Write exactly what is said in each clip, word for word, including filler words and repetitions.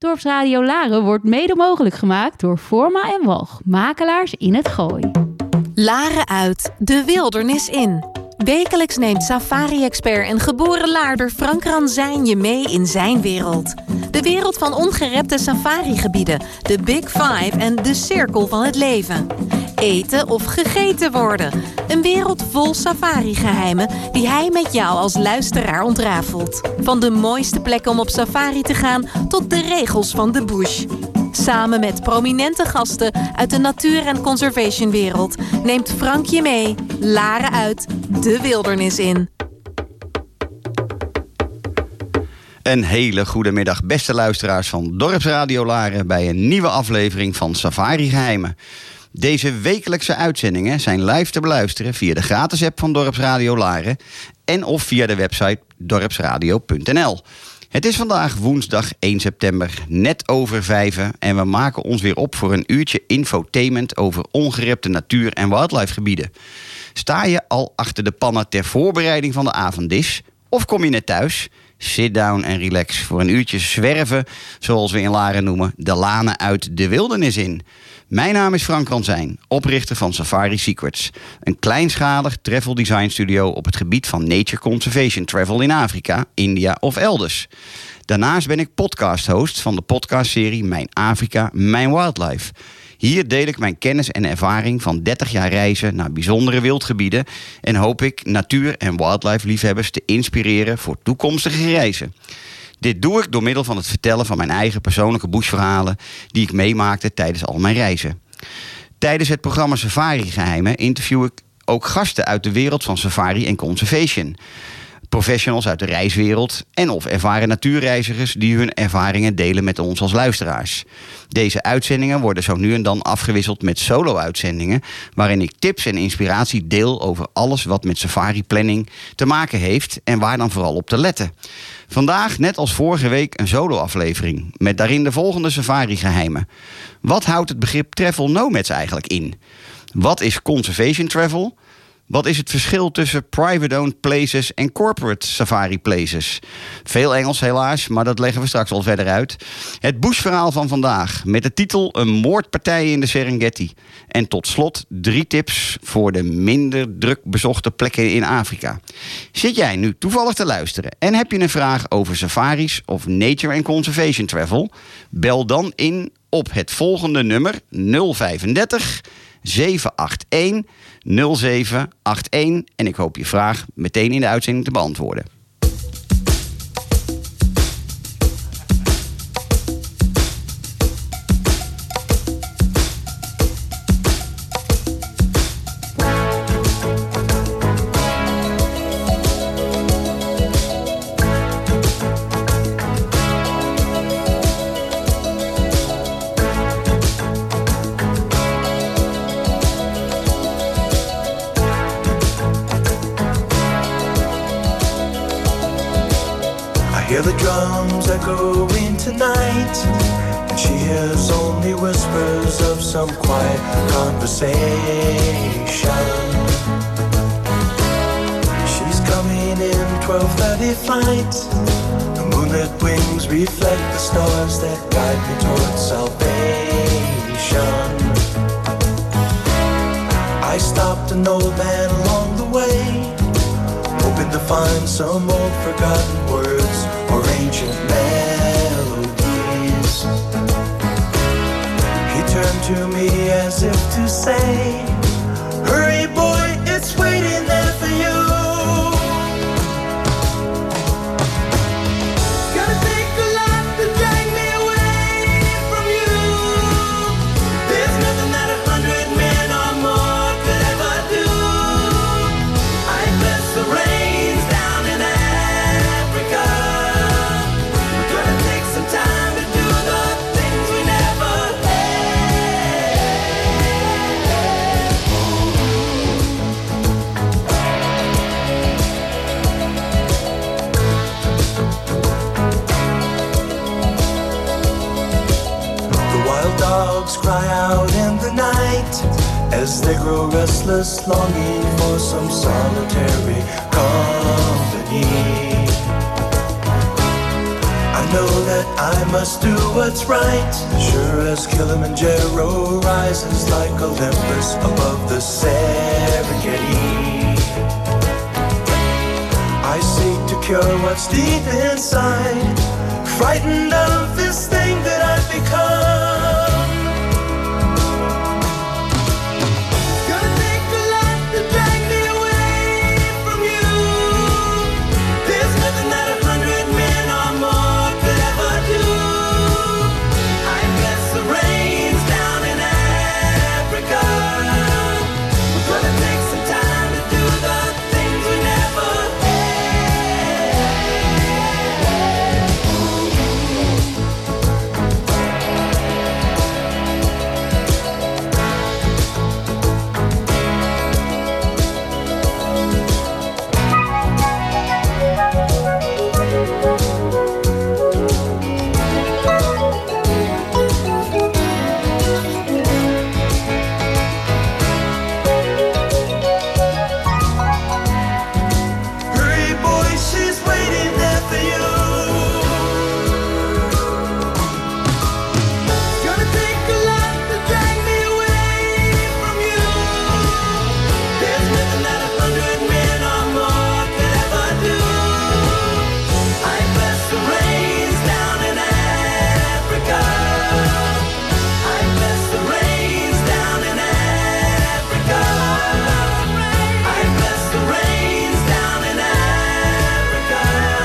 Dorpsradio Laren wordt mede mogelijk gemaakt door Forma en Walch, makelaars in het Gooi. Laren uit, de wildernis in. Wekelijks neemt safari-expert en geboren Laarder Frank Ranzijn je mee in zijn wereld. De wereld van ongerepte safarigebieden, de Big Five en de cirkel van het leven. Eten of gegeten worden. Een wereld vol safari-geheimen die hij met jou als luisteraar ontrafelt. Van de mooiste plekken om op safari te gaan tot de regels van de bush. Samen met prominente gasten uit de natuur- en conservationwereld neemt Frank je mee, Laren uit, de wildernis in. Een hele goede middag, beste luisteraars van Dorpsradio Laren, bij een nieuwe aflevering van Safari Geheimen. Deze wekelijkse uitzendingen zijn live te beluisteren via de gratis app van Dorpsradio Laren en of via de website dorpsradio punt n l. Het is vandaag woensdag één september, net over vijven, en we maken ons weer op voor een uurtje infotainment over ongerepte natuur- en wildlifegebieden. Sta je al achter de pannen ter voorbereiding van de avonddish, of kom je net thuis? Sit down en relax voor een uurtje zwerven, zoals we in Laren noemen, de lanen uit de wildernis in. Mijn naam is Frank Ranzijn, oprichter van Safari Secrets. Een kleinschalig travel design studio op het gebied van nature conservation travel in Afrika, India of elders. Daarnaast ben ik podcast-host van de podcastserie Mijn Afrika, Mijn Wildlife. Hier deel ik mijn kennis en ervaring van dertig jaar reizen naar bijzondere wildgebieden en hoop ik natuur- en wildlife-liefhebbers te inspireren voor toekomstige reizen. Dit doe ik door middel van het vertellen van mijn eigen persoonlijke bushverhalen die ik meemaakte tijdens al mijn reizen. Tijdens het programma Safari Geheimen interview ik ook gasten uit de wereld van safari en conservation. Professionals uit de reiswereld en of ervaren natuurreizigers die hun ervaringen delen met ons als luisteraars. Deze uitzendingen worden zo nu en dan afgewisseld met solo-uitzendingen waarin ik tips en inspiratie deel over alles wat met safari-planning te maken heeft en waar dan vooral op te letten. Vandaag, net als vorige week, een solo-aflevering met daarin de volgende safari-geheimen. Wat houdt het begrip travel nomads eigenlijk in? Wat is conservation travel? Wat is het verschil tussen private-owned places en corporate safari places? Veel Engels helaas, maar dat leggen we straks al verder uit. Het bushverhaal van vandaag met de titel Een moordpartij in de Serengeti. En tot slot drie tips voor de minder druk bezochte plekken in Afrika. Zit jij nu toevallig te luisteren en heb je een vraag over safaris of nature and conservation travel? Bel dan in op het volgende nummer nul vijfendertig zeven acht een nul zeven acht een en ik hoop je vraag meteen in de uitzending te beantwoorden. Hear the drums echoing tonight, and she hears only whispers of some quiet conversation. She's coming in twelve thirty flight. The moonlit wings reflect the stars that guide me towards salvation. I stopped an old man along the way, hoping to find some old forgotten words or ancient melodies. He turned to me as if to say, hurry boy, it's waiting there for you. Gotta take a lot to drag me away from you. There's nothing that a hundred men or more could ever do. I bless the rains down in Africa. We're gonna take some time to do the things we never had. The wild dogs cry out in the night as they grow restless, longing for some solitary company. I know that I must do what's right. Sure as Kilimanjaro rises like Olympus above the Serengeti, I seek to cure what's deep inside, frightened of this thing that I've become. Gonna take a lot to drag me away from you. There's nothing that a hundred men or more could ever do. I guess the rain's down in Africa. We're gonna take some time to do the things we never Hurry, boy, she's waiting there for you. Gonna take a lot to drag me away from you. There's nothing that a hundred men or more could ever do. I bless the rains down in Africa. I bless the rains down in Africa. I bless the rains down in Africa.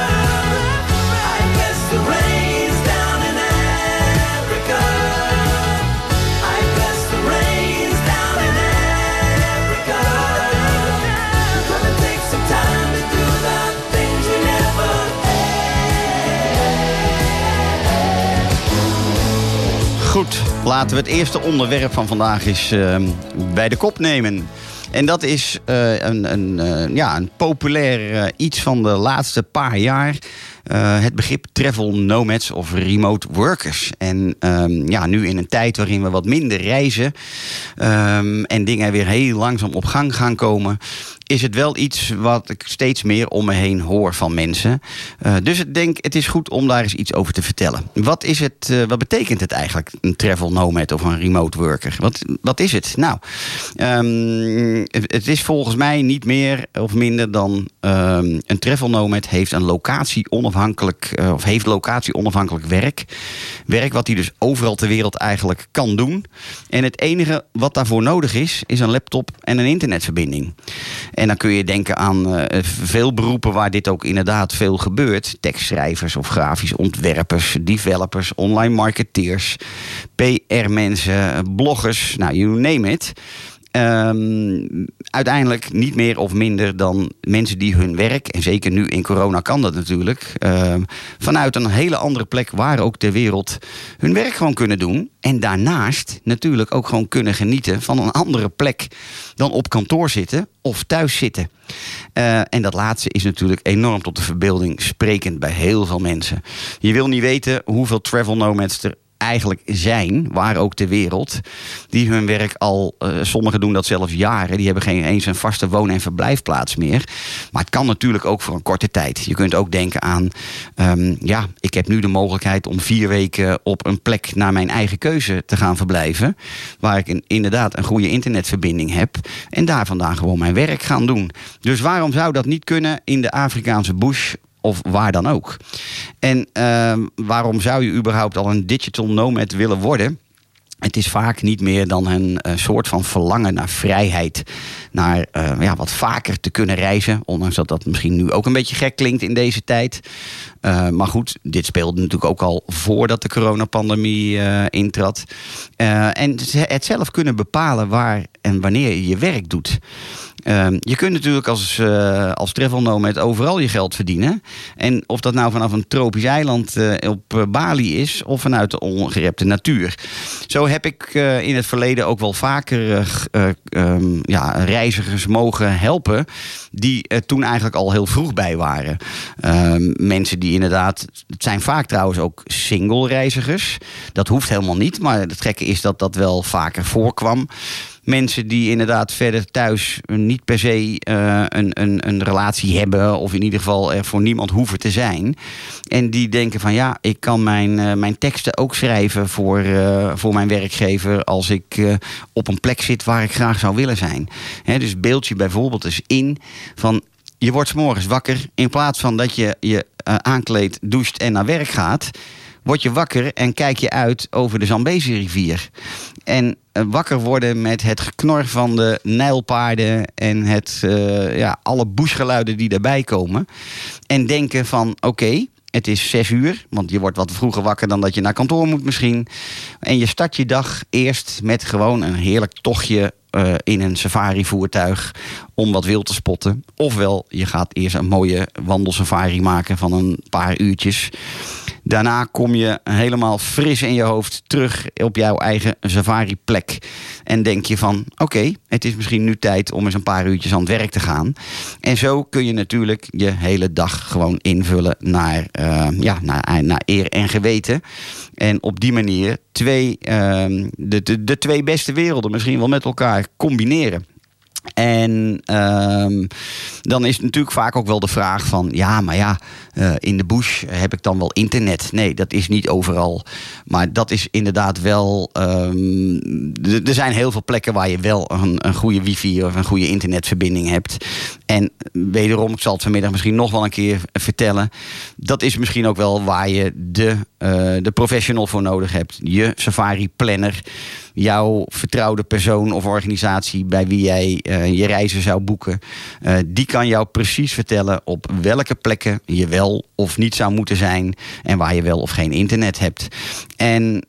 I bless the rains down in Africa. I bless the rains down in Africa. We're gonna take some time to do the things we never Goed, laten we het eerste onderwerp van vandaag eens uh, bij de kop nemen. En dat is uh, een, een, uh, ja, een populair uh, iets van de laatste paar jaar. Uh, het begrip travel nomads of remote workers. En um, ja, nu in een tijd waarin we wat minder reizen um, en dingen weer heel langzaam op gang gaan komen, is het wel iets wat ik steeds meer om me heen hoor van mensen. Uh, dus ik denk, het is goed om daar eens iets over te vertellen. Wat is het? Uh, wat betekent het eigenlijk, een travel nomad of een remote worker? Wat, wat is het? Nou, um, het is volgens mij niet meer of minder dan um, een travel nomad heeft een locatie onafhankelijk uh, of heeft locatie onafhankelijk werk. Werk wat hij dus overal ter wereld eigenlijk kan doen. En het enige wat daarvoor nodig is, is een laptop en een internetverbinding. En dan kun je denken aan uh, veel beroepen waar dit ook inderdaad veel gebeurt. Tekstschrijvers of grafisch ontwerpers, developers, online marketeers, P R-mensen, bloggers, nou, you name it. Um, uiteindelijk niet meer of minder dan mensen die hun werk, en zeker nu in corona kan dat natuurlijk, uh, vanuit een hele andere plek waar ook ter wereld hun werk gewoon kunnen doen. En daarnaast natuurlijk ook gewoon kunnen genieten van een andere plek dan op kantoor zitten of thuis zitten. Uh, en dat laatste is natuurlijk enorm tot de verbeelding sprekend bij heel veel mensen. Je wil niet weten hoeveel travel nomads er eigenlijk zijn, waar ook ter wereld, die hun werk al, uh, sommigen doen dat zelfs jaren, die hebben geen eens een vaste woon- en verblijfplaats meer. Maar het kan natuurlijk ook voor een korte tijd. Je kunt ook denken aan, um, ja, ik heb nu de mogelijkheid om vier weken op een plek naar mijn eigen keuze te gaan verblijven, waar ik een, inderdaad een goede internetverbinding heb en daar vandaan gewoon mijn werk gaan doen. Dus waarom zou dat niet kunnen in de Afrikaanse bush of waar dan ook? En uh, waarom zou je überhaupt al een digital nomad willen worden? Het is vaak niet meer dan een uh, soort van verlangen naar vrijheid. Naar uh, ja, wat vaker te kunnen reizen. Ondanks dat dat misschien nu ook een beetje gek klinkt in deze tijd. Uh, maar goed, dit speelde natuurlijk ook al voordat de coronapandemie uh, intrad. Uh, en het zelf kunnen bepalen waar en wanneer je je werk doet. Uh, je kunt natuurlijk als, uh, als travel nomad overal je geld verdienen. En of dat nou vanaf een tropisch eiland uh, op uh, Bali is of vanuit de ongerepte natuur. Zo heb ik uh, in het verleden ook wel vaker uh, uh, um, ja, reizigers mogen helpen die er toen eigenlijk al heel vroeg bij waren. Uh, mensen die inderdaad, het zijn vaak trouwens ook single reizigers. Dat hoeft helemaal niet, maar het gekke is dat dat wel vaker voorkwam. mensen die inderdaad verder thuis niet per se uh, een, een, een relatie hebben, of in ieder geval er voor niemand hoeven te zijn. En die denken van ja, ik kan mijn, uh, mijn teksten ook schrijven voor, uh, voor mijn werkgever als ik uh, op een plek zit waar ik graag zou willen zijn. He, dus beeld je bijvoorbeeld eens in van je wordt 's morgens wakker. In plaats van dat je je uh, aankleedt, doucht en naar werk gaat, word je wakker en kijk je uit over de Zambezi-rivier. En uh, wakker worden met het geknor van de nijlpaarden en het, uh, ja, alle bushgeluiden die daarbij komen. En denken van oké, okay, het is zes uur, want je wordt wat vroeger wakker dan dat je naar kantoor moet misschien. En je start je dag eerst met gewoon een heerlijk tochtje uh, in een safari-voertuig om wat wild te spotten. Ofwel, je gaat eerst een mooie wandelsafari maken van een paar uurtjes. Daarna kom je helemaal fris in je hoofd terug op jouw eigen safari-plek. En denk je van, oké, okay, het is misschien nu tijd om eens een paar uurtjes aan het werk te gaan. En zo kun je natuurlijk je hele dag gewoon invullen naar, uh, ja, naar, naar eer en geweten. En op die manier twee, uh, de, de, de twee beste werelden misschien wel met elkaar combineren. En um, dan is natuurlijk vaak ook wel de vraag van ja, maar ja, uh, in de bush heb ik dan wel internet? Nee, dat is niet overal. Maar dat is inderdaad wel Um, d- er zijn heel veel plekken waar je wel een, een goede wifi of een goede internetverbinding hebt. En wederom, ik zal het vanmiddag misschien nog wel een keer vertellen. Dat is misschien ook wel waar je de, uh, de professional voor nodig hebt. Je Safari planner. Jouw vertrouwde persoon of organisatie bij wie jij uh, je reizen zou boeken. Uh, die kan jou precies vertellen op welke plekken je wel of niet zou moeten zijn. En waar je wel of geen internet hebt. En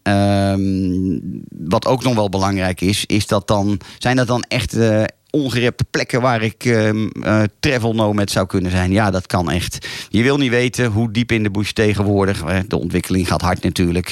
um, wat ook nog wel belangrijk is, is dat dan, zijn dat dan echt Uh, ongerepte plekken waar ik uh, uh, travel nomad zou kunnen zijn. Ja, dat kan echt. Je wil niet weten hoe diep in de bush tegenwoordig, de ontwikkeling gaat hard natuurlijk,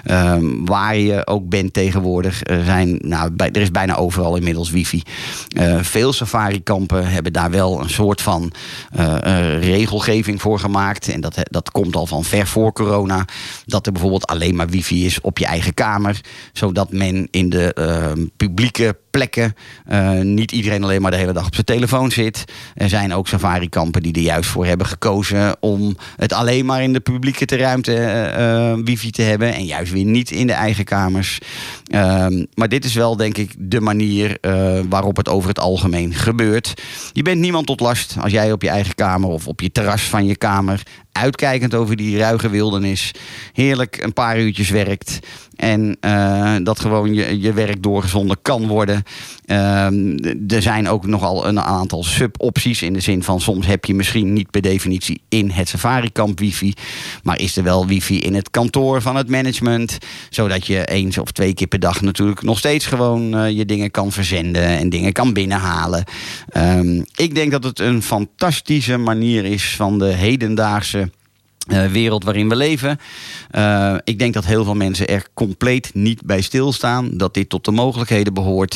um, waar je ook bent tegenwoordig. Er, zijn, nou, bij, er is bijna overal inmiddels wifi. Uh, veel safari-kampen hebben daar wel een soort van uh, uh, regelgeving voor gemaakt. En dat, dat komt al van ver voor corona. Dat er bijvoorbeeld alleen maar wifi is op je eigen kamer. Zodat men in de uh, publieke plekken uh, niet iedereen alleen maar de hele dag op zijn telefoon zit. Er zijn ook safari-kampen die er juist voor hebben gekozen om het alleen maar in de publieke te ruimte uh, wifi te hebben en juist weer niet in de eigen kamers. Uh, maar dit is wel, denk ik, de manier uh, waarop het over het algemeen gebeurt. Je bent niemand tot last als jij op je eigen kamer of op je terras van je kamer uitkijkend over die ruige wildernis heerlijk een paar uurtjes werkt. En uh, dat gewoon je, je werk doorgezonden kan worden. Uh, er zijn ook nogal een aantal sub-opties. In de zin van soms heb je misschien niet per definitie in het safari-kamp wifi. Maar is er wel wifi in het kantoor van het management. Zodat je eens of twee keer per dag natuurlijk nog steeds gewoon uh, je dingen kan verzenden. En dingen kan binnenhalen. Um, ik denk dat het een fantastische manier is van de hedendaagse Uh, wereld waarin we leven. Uh, ik denk dat heel veel mensen er compleet niet bij stilstaan. Dat dit tot de mogelijkheden behoort.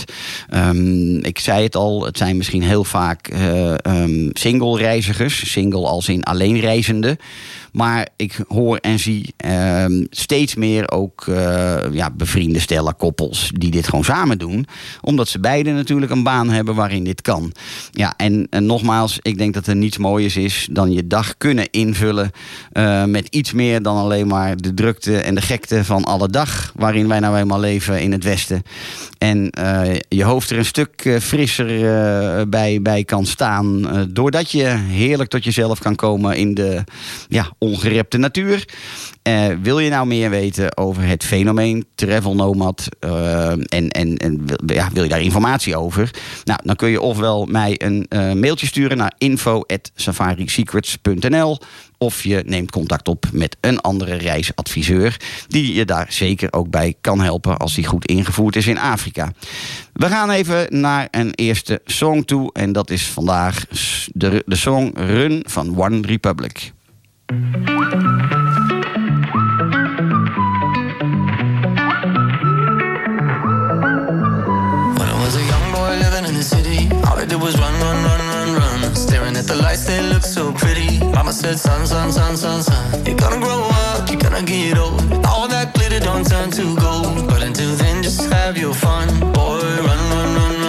Um, ik zei het al, het zijn misschien heel vaak uh, um, single reizigers. Single als in alleenreizende. Maar ik hoor en zie uh, steeds meer ook uh, ja, bevriende stellen, koppels die dit gewoon samen doen. Omdat ze beiden natuurlijk een baan hebben waarin dit kan. Ja, en, en nogmaals, ik denk dat er niets mooiers is dan je dag kunnen invullen uh, met iets meer dan alleen maar de drukte en de gekte van alle dag waarin wij nou eenmaal leven in het Westen. En uh, je hoofd er een stuk uh, frisser uh, bij, bij kan staan. Uh, doordat je heerlijk tot jezelf kan komen in de ja, ongerepte natuur. Uh, wil je nou meer weten over het fenomeen travel nomad uh, en, en, en ja, wil je daar informatie over? Nou, dan kun je ofwel mij een uh, mailtje sturen naar info at safarisecrets punt n l of je neemt contact op met een andere reisadviseur die je daar zeker ook bij kan helpen als die goed ingevoerd is in Afrika. We gaan even naar een eerste song toe en dat is vandaag de, de song Run van One Republic. It was run, run, run, run, run. Staring at the lights, they look so pretty. Mama said, son, son, son, son, son, you're gonna grow up, you're gonna get old. All that glitter don't turn to gold. But until then, just have your fun. Boy, run, run, run, run.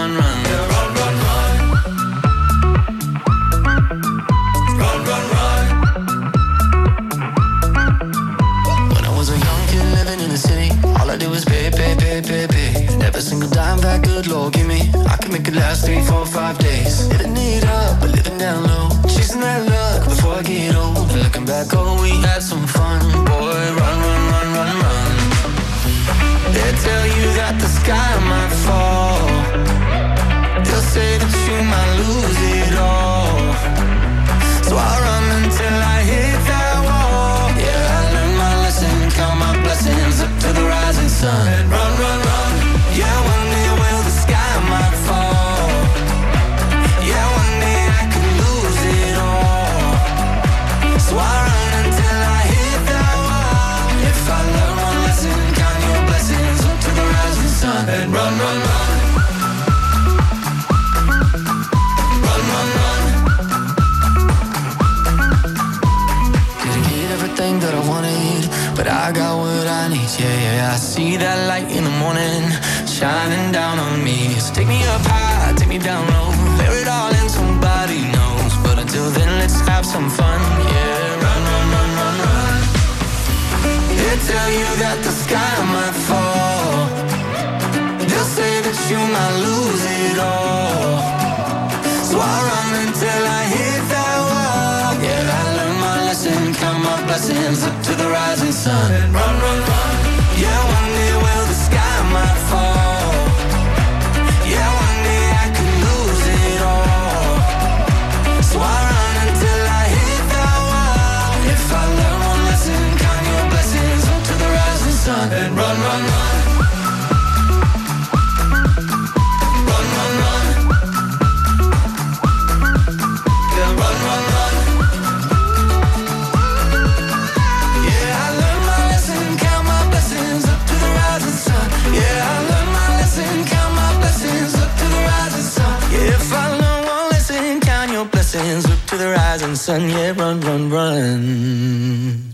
I do is pay, pay, pay, pay, pay. And every single dime that good Lord give me, I can make it last three, four, five days. Living it up, but living down low. Chasing that luck before I get old. And looking back, oh, we had some fun. Boy, run, run, run, run, run. They tell you that the sky might fall. They'll say that you might lose it all. So I run until I hit that wall. Yeah, I learned my lesson, count my blessings up to the rising sun. And run, run, run. Yeah, one day will the sky might fall. Yeah, one day I could lose it all. So I run until I hit that wall. If I learn one lesson, count your blessings up to the rising sun. And run, run, run. Run, run, run. Didn't get everything that I wanted, but I got what I need. Yeah, yeah, I see that light in the morning shining down on me. So take me up high, take me down low, bear it all in, somebody knows. But until then, let's have some fun. Yeah, run, run, run, run, run. They tell you that the sky might fall. They'll say that you might lose it all. So I run until I hit that wall. Yeah, I learned my lesson, count my blessings up to the rising sun. And run, run, run. Yeah, one day will the sky might fall. Yeah, one day I could lose it all. So I run until I hit that wall. If I learn one lesson, count your blessings up to the rising sun. And run, run, run. Run, run, run. Yeah, run, run, run. Yeah, I learned my lesson, count my blessings up to the rising sun. Yeah, I learned my lesson, count my blessings up to the rising sun. Yeah, if I learn one lesson, count your blessings up to the rising sun. Yeah, run, run, run.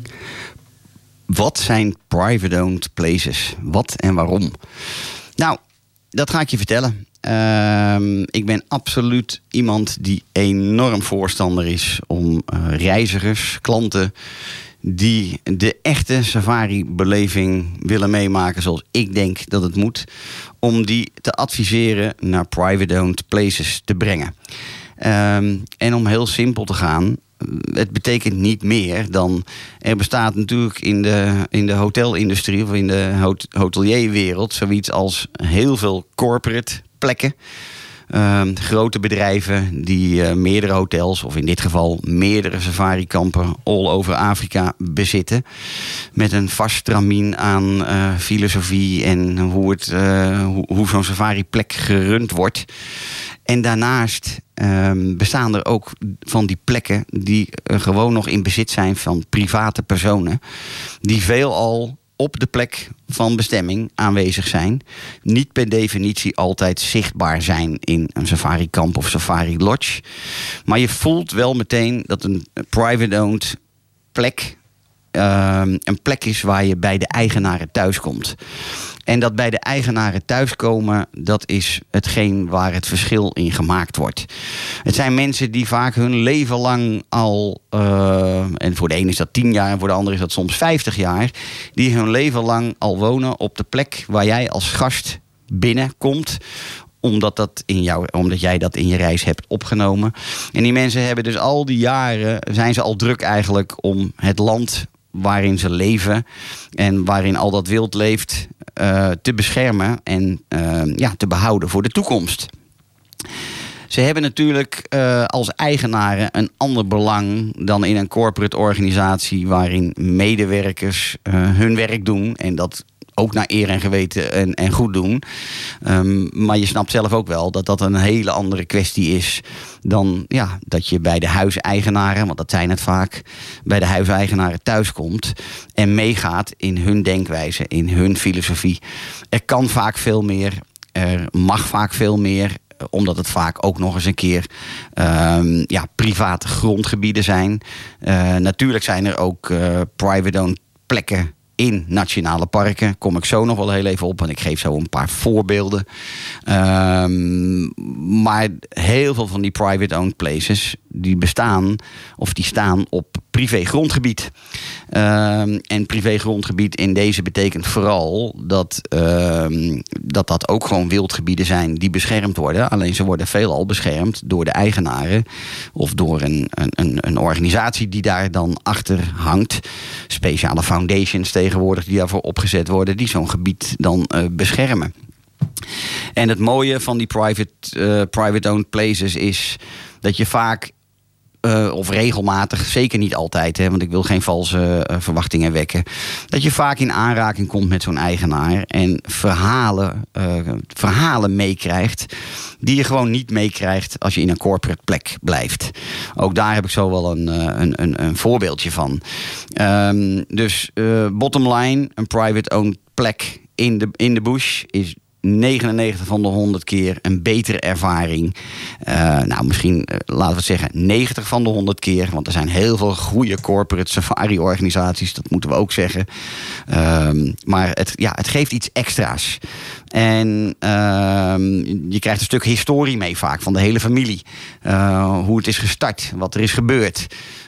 Wat zijn private-owned places? Wat en waarom? Nou, dat ga ik je vertellen. Uh, ik ben absoluut iemand die enorm voorstander is om uh, reizigers, klanten die de echte safari-beleving willen meemaken zoals ik denk dat het moet, om die te adviseren naar private-owned places te brengen. Um, en om heel simpel te gaan, het betekent niet meer dan... Er bestaat natuurlijk in de, in de hotelindustrie of in de hot, hotelierwereld zoiets als heel veel corporate plekken. Uh, grote bedrijven die uh, meerdere hotels, of in dit geval meerdere safarikampen all over Afrika bezitten. Met een vast stramien aan uh, filosofie en hoe, het, uh, hoe, hoe zo'n safariplek gerund wordt. En daarnaast uh, bestaan er ook van die plekken die uh, gewoon nog in bezit zijn van private personen. Die veelal op de plek van bestemming aanwezig zijn. Niet per definitie altijd zichtbaar zijn in een safarikamp of safari lodge. Maar je voelt wel meteen dat een private-owned plek uh, een plek is waar je bij de eigenaren thuiskomt. En dat bij de eigenaren thuiskomen, dat is hetgeen waar het verschil in gemaakt wordt. Het zijn mensen die vaak hun leven lang al, uh, en voor de een is dat tien jaar en voor de ander is dat soms vijftig jaar, die hun leven lang al wonen op de plek waar jij als gast binnenkomt. Omdat, dat in jou, omdat jij dat in je reis hebt opgenomen. En die mensen hebben dus al die jaren, zijn ze al druk eigenlijk om het land waarin ze leven en waarin al dat wild leeft uh, te beschermen en uh, ja, te behouden voor de toekomst. Ze hebben natuurlijk uh, als eigenaren een ander belang dan in een corporate organisatie waarin medewerkers uh, hun werk doen en dat ook naar eer en geweten en, en goed doen. Um, maar je snapt zelf ook wel dat dat een hele andere kwestie is dan ja, dat je bij de huiseigenaren, want dat zijn het vaak, bij de huiseigenaren thuiskomt en meegaat in hun denkwijze, in hun filosofie. Er kan vaak veel meer, er mag vaak veel meer, omdat het vaak ook nog eens een keer um, ja, private grondgebieden zijn. Uh, natuurlijk zijn er ook uh, private-owned plekken in nationale parken. Kom ik zo nog wel heel even op, want ik geef zo een paar voorbeelden. Um, maar heel veel van die private-owned places, die bestaan of die staan op privégrondgebied. Um, en privégrondgebied in deze betekent vooral dat, um, dat dat ook gewoon wildgebieden zijn die beschermd worden. Alleen ze worden veelal beschermd door de eigenaren of door een, een, een organisatie die daar dan achter hangt. Speciale foundations tegenwoordig die daarvoor opgezet worden, die zo'n gebied dan uh, beschermen. En het mooie van die private, uh, private-owned places is dat je vaak, uh, of regelmatig, zeker niet altijd, hè, want ik wil geen valse uh, verwachtingen wekken, dat je vaak in aanraking komt met zo'n eigenaar en verhalen, uh, verhalen meekrijgt die je gewoon niet meekrijgt als je in een corporate plek blijft. Ook daar heb ik zo wel een, een, een, een voorbeeldje van. Um, dus uh, bottom line, een private-owned plek in de, in de bush is negenennegentig van de honderd keer een betere ervaring. Uh, nou, misschien, uh, laten we het zeggen, negentig van de honderd keer. Want er zijn heel veel goede corporate safari-organisaties. Dat moeten we ook zeggen. Um, maar het, ja, het geeft iets extra's. En uh, je krijgt een stuk historie mee vaak van de hele familie. Uh, hoe het is gestart, wat er is gebeurd.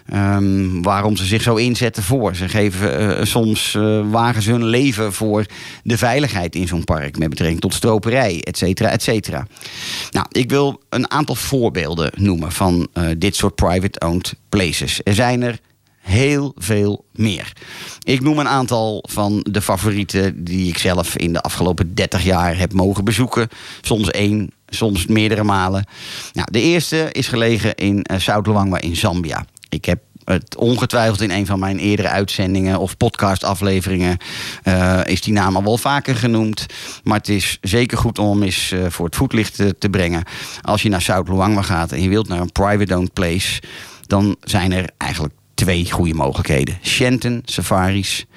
Um, waarom ze zich zo inzetten voor. Ze geven uh, soms uh, wagen ze hun leven voor de veiligheid in zo'n park met betrekking tot stroperij, et cetera, et cetera. Nou, ik wil een aantal voorbeelden noemen van uh, dit soort private-owned places. Er zijn er heel veel meer. Ik noem een aantal van de favorieten die ik zelf in de afgelopen dertig jaar heb mogen bezoeken. Soms één, soms meerdere malen. Nou, de eerste is gelegen in uh, Zuid-Luangwa in Zambia. Ik heb het ongetwijfeld in een van mijn eerdere uitzendingen of podcastafleveringen uh, is die naam al wel vaker genoemd. Maar het is zeker goed om hem eens uh, voor het voetlicht te, te brengen. Als je naar Zuid-Luangwa gaat en je wilt naar een private-owned place, dan zijn er eigenlijk twee goede mogelijkheden. Shenton safaris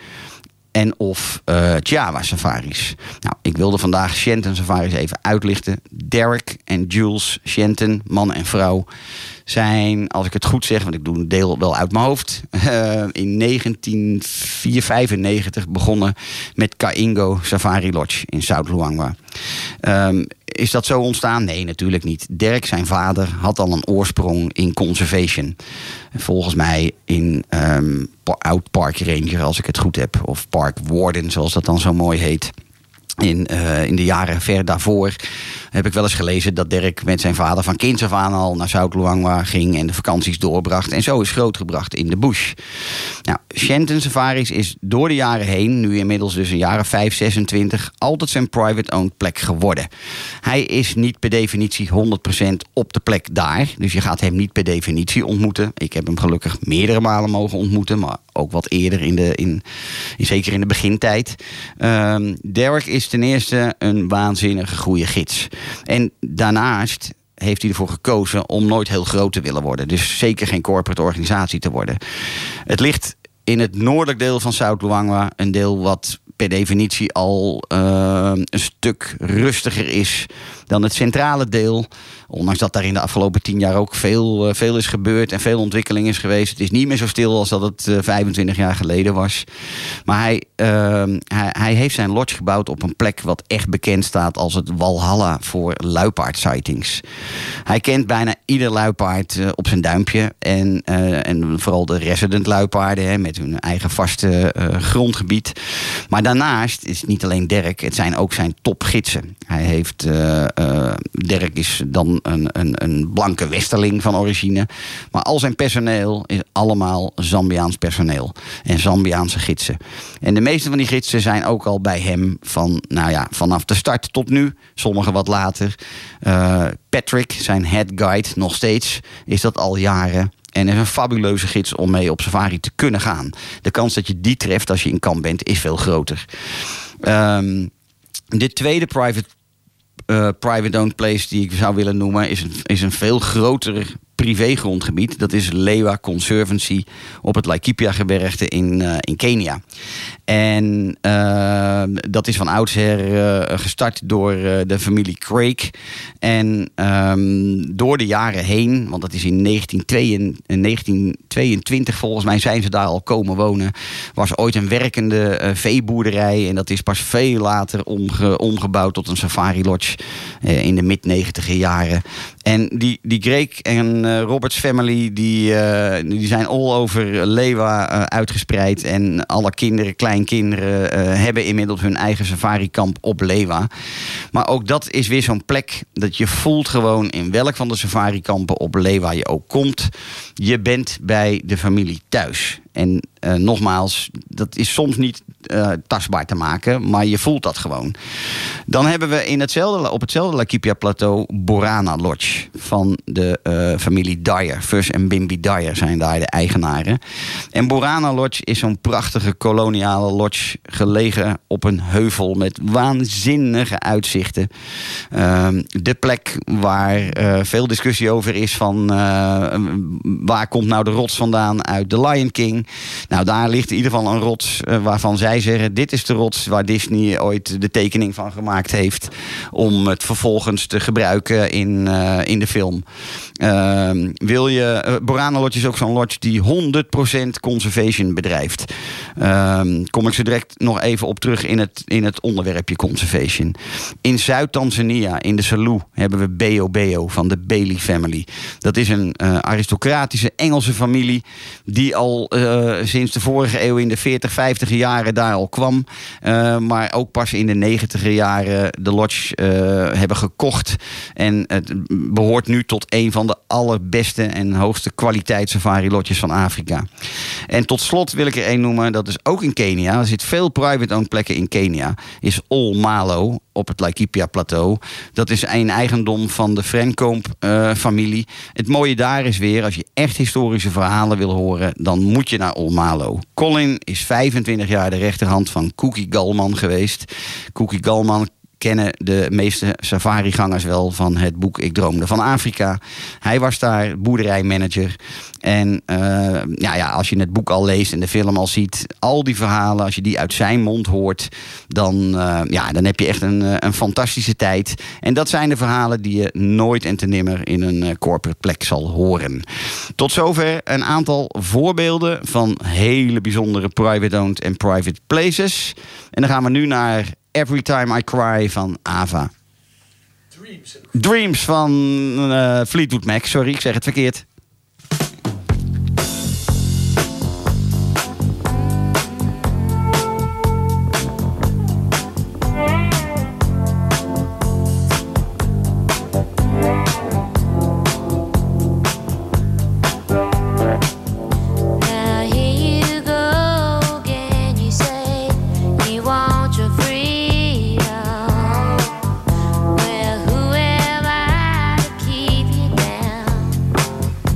en of uh, Java safaris. Nou, ik wilde vandaag Shenton safaris even uitlichten. Derek en Jules Shenton, man en vrouw, zijn, als ik het goed zeg, want ik doe een deel wel uit mijn hoofd, uh, in negentien vijfennegentig begonnen met Kaingo Safari Lodge in Zuid-Luangwa. Um, is dat zo ontstaan? Nee, natuurlijk niet. Dirk, zijn vader, had al een oorsprong in conservation. Volgens mij in um, oud park ranger, als ik het goed heb. Of park warden, zoals dat dan zo mooi heet. In, uh, in de jaren ver daarvoor heb ik wel eens gelezen dat Dirk met zijn vader van kinds af aan al naar Zuid-Luangwa ging en de vakanties doorbracht. En zo is grootgebracht in de bush. Nou, Shenton Safaris is door de jaren heen, nu inmiddels dus een jaren vijf, zesentwintig, altijd zijn private-owned plek geworden. Hij is niet per definitie honderd procent op de plek daar. Dus je gaat hem niet per definitie ontmoeten. Ik heb hem gelukkig meerdere malen mogen ontmoeten, maar ook wat eerder, in de, in, in, zeker in de begintijd. Um, Derek is ten eerste een waanzinnige goede gids. En daarnaast heeft hij ervoor gekozen om nooit heel groot te willen worden. Dus zeker geen corporate organisatie te worden. Het ligt in het noordelijk deel van Zuid-Luangwa, een deel wat per definitie al uh, een stuk rustiger is dan het centrale deel. Ondanks dat daar in de afgelopen tien jaar ook veel, uh, veel is gebeurd en veel ontwikkeling is geweest. Het is niet meer zo stil als dat het uh, vijfentwintig jaar geleden was. Maar hij, uh, hij, hij heeft zijn lodge gebouwd op een plek wat echt bekend staat als het Walhalla voor luipaardsightings. Hij kent bijna ieder luipaard uh, op zijn duimpje. En, uh, en vooral de resident luipaarden, hè, met hun eigen vaste uh, grondgebied. Maar daarnaast is het niet alleen Dirk, het zijn ook zijn topgidsen. Hij heeft, uh, uh, Dirk is dan een, een, een blanke westerling van origine. Maar al zijn personeel is allemaal Zambiaans personeel. En Zambiaanse gidsen. En de meeste van die gidsen zijn ook al bij hem van, nou ja, vanaf de start tot nu. Sommigen wat later. Uh, Patrick, zijn head guide, nog steeds, is dat al jaren. En is een fabuleuze gids om mee op safari te kunnen gaan. De kans dat je die treft als je in kamp bent, is veel groter. Um, de tweede private, uh, private-owned place die ik zou willen noemen is een, is een veel groter privégrondgebied. Dat is Lewa Conservancy op het Laikipia-gebergte in, uh, in Kenia. En uh, dat is van oudsher uh, gestart door uh, de familie Craig. En um, door de jaren heen, want dat is in negentien tweeëntwintig volgens mij zijn ze daar al komen wonen, was ooit een werkende uh, veeboerderij. En dat is pas veel later omge- omgebouwd tot een safari lodge uh, in de mid negentiger jaren. En die, die Greg en uh, Roberts family, die, uh, die zijn all over Lewa uh, uitgespreid. En alle kinderen, kleinkinderen, uh, hebben inmiddels hun eigen safarikamp op Lewa. Maar ook dat is weer zo'n plek dat je voelt gewoon in welk van de safarikampen op Lewa je ook komt. Je bent bij de familie thuis. En uh, nogmaals, dat is soms niet uh, tastbaar te maken, maar je voelt dat gewoon. Dan hebben we in hetzelfde, op hetzelfde Laikipia-plateau Borana Lodge van de uh, familie Dyer. Fus en Bimbi Dyer zijn daar de eigenaren. En Borana Lodge is zo'n prachtige koloniale lodge gelegen op een heuvel met waanzinnige uitzichten. Uh, de plek waar uh, veel discussie over is van uh, waar komt nou de rots vandaan uit The Lion King. Nou, daar ligt in ieder geval een rots uh, waarvan zij zeggen, dit is de rots waar Disney ooit de tekening van gemaakt heeft om het vervolgens te gebruiken in, uh, in de film. Uh, wil je, uh, Borana Lodge is ook zo'n lodge die honderd procent conservation bedrijft. Uh, kom ik zo direct nog even op terug in het, in het onderwerpje conservation. In Zuid-Tanzania, in de Selous, hebben we Beo Beo van de Bailey family. Dat is een uh, aristocratische Engelse familie die al uh, sinds de vorige eeuw in de veertig, vijftig jaren daar al kwam. Uh, maar ook pas in de negentiger jaren de lodge uh, hebben gekocht. En het behoort nu tot een van de allerbeste en hoogste kwaliteit safari lodges van Afrika. En tot slot wil ik er één noemen, dat is ook in Kenia. Er zit veel private-owned plekken in Kenia. Is All Malo op het Laikipia-plateau. Dat is een eigendom van de Frenkomp-familie. Uh, het mooie daar is weer, als je echt historische verhalen wil horen, dan moet je naar All Malo. Colin is vijfentwintig jaar de rechterhand van Cookie Galman geweest. Cookie Galman kennen de meeste safarigangers wel van het boek Ik droomde van Afrika. Hij was daar boerderijmanager. En uh, ja, ja, als je het boek al leest en de film al ziet, al die verhalen, als je die uit zijn mond hoort, dan, uh, ja, dan heb je echt een, een fantastische tijd. En dat zijn de verhalen die je nooit en te nimmer in een uh, corporate plek zal horen. Tot zover een aantal voorbeelden van hele bijzondere private-owned en private places. En dan gaan we nu naar Every Time I Cry van Ava. Dreams, Dreams van uh, Fleetwood Mac. Sorry, ik zeg het verkeerd. Well, whoever I keep you down.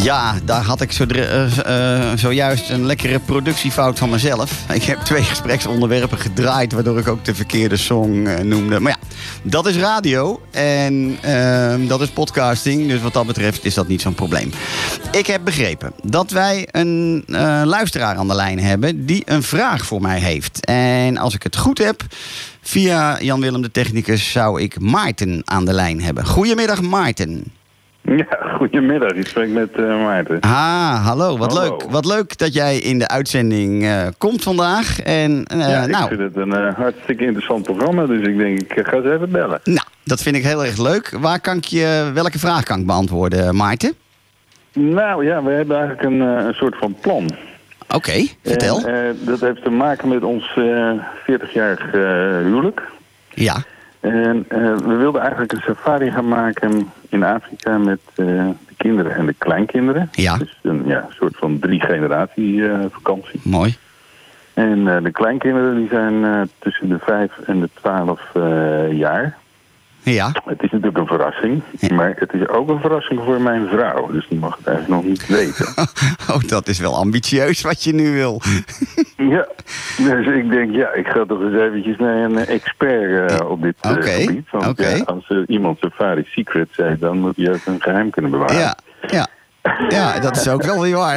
Ja, daar had ik zo, uh, uh, zojuist een lekkere productiefout van mezelf. Ik heb twee gespreksonderwerpen gedraaid, waardoor ik ook de verkeerde song uh, noemde. Maar ja, dat is radio en uh, dat is podcasting. Dus wat dat betreft is dat niet zo'n probleem. Ik heb begrepen dat wij een uh, luisteraar aan de lijn hebben die een vraag voor mij heeft. En als ik het goed heb, via Jan-Willem de technicus, zou ik Maarten aan de lijn hebben. Goedemiddag, Maarten. Ja, goedemiddag. Ik spreek met uh, Maarten. Ah, hallo. Wat Hallo. leuk. Wat leuk dat jij in de uitzending uh, komt vandaag. En, uh, ja, nou, ik vind het een uh, hartstikke interessant programma, dus ik denk, ik uh, ga ze even bellen. nou, dat vind ik heel erg leuk. Waar kan ik je, welke vraag kan ik beantwoorden, Maarten? Nou ja, we hebben eigenlijk een, uh, een soort van plan. Oké, okay, vertel. En, uh, dat heeft te maken met ons uh, veertig-jarig uh, huwelijk. Ja. En uh, we wilden eigenlijk een safari gaan maken in Afrika met uh, de kinderen en de kleinkinderen. Ja. Dus een ja, soort van drie generatie uh, vakantie. Mooi. En uh, de kleinkinderen die zijn uh, tussen de vijf en de twaalf uh, jaar. Ja. Het is natuurlijk een verrassing, Ja. maar het is ook een verrassing voor mijn vrouw. Dus die mag het eigenlijk nog niet weten. Oh, dat is wel ambitieus wat je nu wil. Ja, dus ik denk, ja, ik ga toch eens eventjes naar een expert uh, op dit uh, Oké, gebied. Want oké. ja, als uh, iemand Safari Secret zegt, dan moet hij ook een geheim kunnen bewaren. Ja, ja. Ja, dat is ook wel weer waar.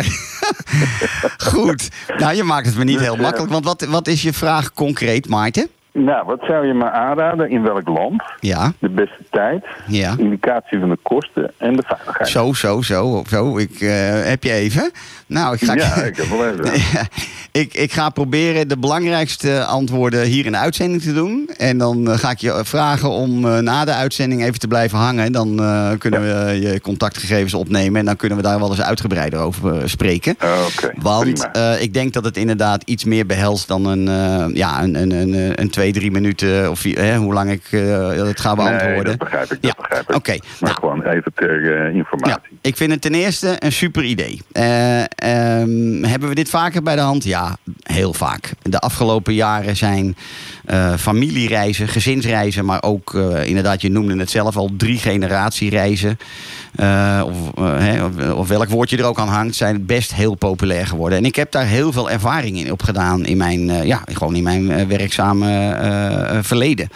Goed. Nou, je maakt het me niet Dus, heel uh, makkelijk. Want wat, wat is je vraag concreet, Maarten? Nou, wat zou je me aanraden? In welk land? Ja, De beste tijd? ja. Indicatie van de kosten en de veiligheid. Zo, zo, zo. zo. Ik, uh, heb je even? Nou, ik ga... Ja, ik heb wel even. Ja, ik, ik ga proberen de belangrijkste antwoorden hier in de uitzending te doen. En dan uh, ga ik je vragen om uh, na de uitzending even te blijven hangen. Dan uh, kunnen we je contactgegevens opnemen. En dan kunnen we daar wel eens uitgebreider over uh, spreken. Oké, okay, Want uh, ik denk dat het inderdaad iets meer behelst dan een, uh, ja, een, een, een, een twee, drie minuten. Of uh, hoe lang ik uh, het ga beantwoorden. Nee, dat begrijp ik. Dat Ja, begrijp ik. oké. Maar Nou, gewoon even ter uh, informatie. ja, ik vind het ten eerste een super idee. Uh, um, hebben we dit vaker bij de hand? Ja, heel vaak. De afgelopen jaren zijn uh, familiereizen, gezinsreizen, maar ook uh, inderdaad, je noemde het zelf al, drie generatiereizen. Uh, of, uh, hè, of, of welk woord je er ook aan hangt, zijn best heel populair geworden. En ik heb daar heel veel ervaring in opgedaan in mijn, uh, ja, gewoon in mijn uh, werkzame uh, verleden.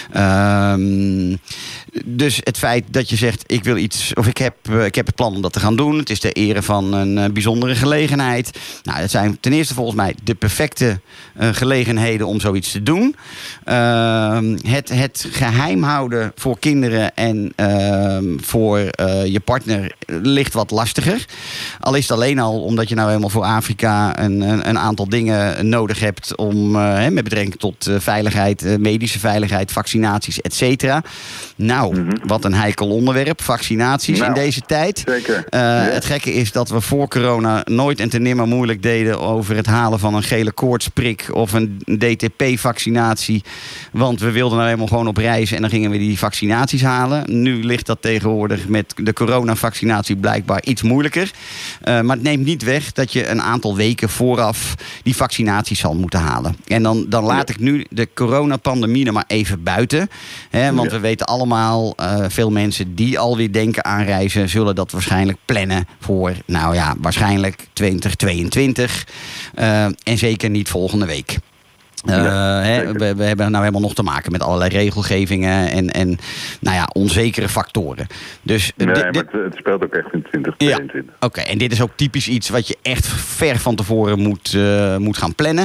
Um, dus het feit dat je zegt, ik wil iets, of ik heb, uh, ik heb het plan om dat te gaan doen. Het is ter ere van een uh, bijzondere gelegenheid. Nou, dat zijn ten eerste volgens mij de perfecte uh, gelegenheden om zoiets te doen. Uh, het, het geheim houden voor kinderen en uh, voor uh, je partner ligt wat lastiger. Al is het alleen al omdat je nou helemaal voor Afrika een, een, een aantal dingen nodig hebt om uh, met betrekking tot uh, veiligheid, uh, medische veiligheid, vaccinaties, et cetera. Nou, Mm-hmm. wat een heikel onderwerp. Vaccinaties Nou, in deze tijd. Zeker. Uh, Ja. Het gekke is dat we voor corona nooit en ten nimmer moeilijk deden over het halen van een gele koortsprik of een D T P-vaccinatie. Want we wilden nou helemaal gewoon op reis en dan gingen we die vaccinaties halen. Nu ligt dat tegenwoordig met de coronavaccinatie blijkbaar iets moeilijker. Uh, maar het neemt niet weg dat je een aantal weken vooraf die vaccinaties zal moeten halen. En dan, dan laat ik nu de coronapandemie er maar even buiten. Hè, want Ja. we weten allemaal, uh, veel mensen die alweer denken aan reizen, zullen dat waarschijnlijk plannen voor, nou ja, waarschijnlijk twintig tweeëntwintig. Uh, en zeker niet volgende week. Uh, Ja, hè, zeker. we, we hebben nou helemaal nog te maken met allerlei regelgevingen en, en nou ja, onzekere factoren. Dus, Nee, dit- maar dit- het, het speelt ook echt in twintig tweeëntwintig. Oké, en dit is ook typisch iets wat je echt ver van tevoren moet, uh, moet gaan plannen.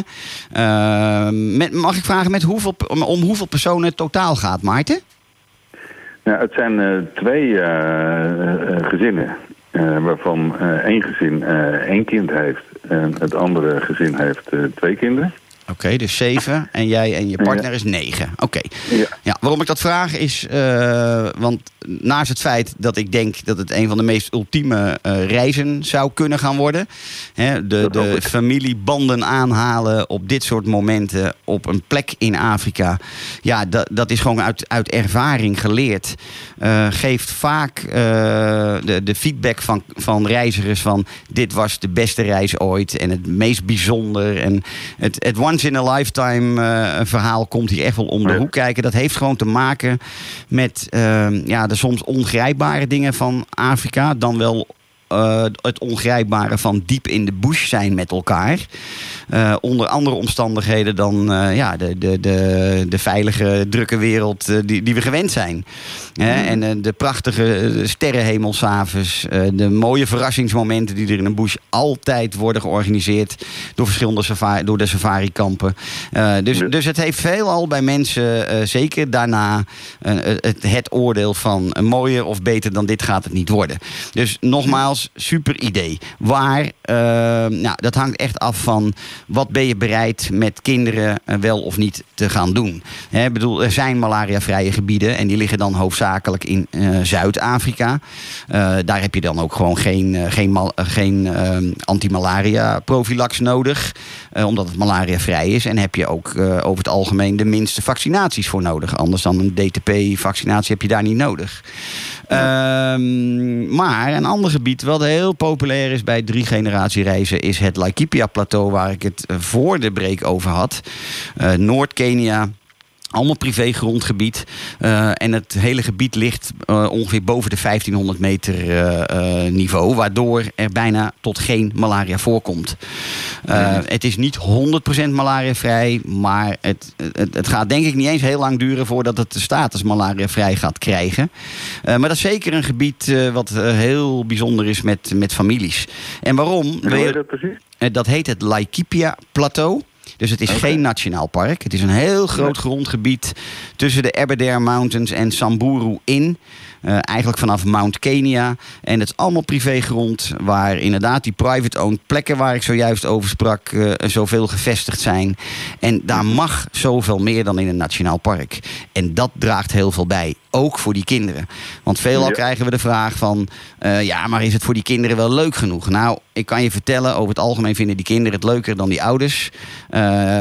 Uh, met, mag ik vragen met hoeveel, om, om hoeveel personen het totaal gaat, Maarten? Nou, het zijn uh, twee uh, uh, gezinnen. Uh, waarvan uh, één gezin uh, één kind heeft en het andere gezin heeft uh, twee kinderen. Oké, dus zeven en jij en je partner Ja. is negen. Oké. Ja. Ja, waarom ik dat vraag is, uh, want naast het feit dat ik denk dat het een van de meest ultieme uh, reizen zou kunnen gaan worden. Hè, de Dat hoop de ik. familiebanden aanhalen op dit soort momenten op een plek in Afrika. Ja, dat, dat is gewoon uit, uit ervaring geleerd. Uh, geeft vaak uh, de, de feedback van, van reizigers van dit was de beste reis ooit en het meest bijzonder. En het, het once in a lifetime uh, verhaal komt hier echt wel om de Ja. hoek kijken. Dat heeft gewoon te maken met uh, ja, de soms ongrijpbare dingen van Afrika. Dan wel uh, het ongrijpbare van diep in de bush zijn met elkaar. Uh, onder andere omstandigheden dan uh, ja, de, de, de, de veilige, drukke wereld uh, die, die we gewend zijn. Hè? En uh, de prachtige uh, sterrenhemel 's avonds. Uh, de mooie verrassingsmomenten die er in een bush altijd worden georganiseerd door verschillende safari, door de safari-kampen. Uh, dus, dus het heeft veelal bij mensen, uh, zeker daarna, uh, het, het oordeel van uh, mooier of beter dan dit gaat het niet worden. Dus nogmaals, super idee. Waar, uh, nou, dat hangt echt af van wat ben je bereid met kinderen uh, wel of niet te gaan doen. Hè, bedoel, er zijn malariavrije gebieden en die liggen dan hoofdzakelijk in uh, Zuid-Afrika. Uh, daar heb je dan ook gewoon geen, uh, geen, mal, uh, geen uh, antimalaria profilax nodig, uh, omdat het malariavrij is. En heb je ook uh, over het algemeen de minste vaccinaties voor nodig. Anders dan een D T P-vaccinatie heb je daar niet nodig. Um, maar een ander gebied wat heel populair is bij drie generatie reizen is het Laikipia-plateau, waar ik het voor de break over had. Uh, Noord-Kenia. Allemaal privégrondgebied. Uh, en het hele gebied ligt uh, ongeveer boven de vijftienhonderd meter uh, uh, niveau. Waardoor er bijna tot geen malaria voorkomt. Uh, het is niet honderd procent malariavrij. Maar het, het, het gaat denk ik niet eens heel lang duren voordat het de status malariavrij gaat krijgen. Uh, maar dat is zeker een gebied uh, wat uh, heel bijzonder is met, met families. En waarom? En hoe heet dat precies? Uh, dat heet het Laikipia-plateau. Dus het is okay. geen nationaal park. Het is een heel groot grondgebied tussen de Aberdare Mountains en Samburu in. Uh, eigenlijk vanaf Mount Kenya. En het is allemaal privégrond waar inderdaad die private-owned plekken waar ik zojuist over sprak uh, zoveel gevestigd zijn. En daar mag zoveel meer dan in een nationaal park. En dat draagt heel veel bij. Ook voor die kinderen. Want veelal ja. krijgen we de vraag van Uh, ja, maar is het voor die kinderen wel leuk genoeg? Nou, ik kan je vertellen, over het algemeen vinden die kinderen het leuker dan die ouders. Uh,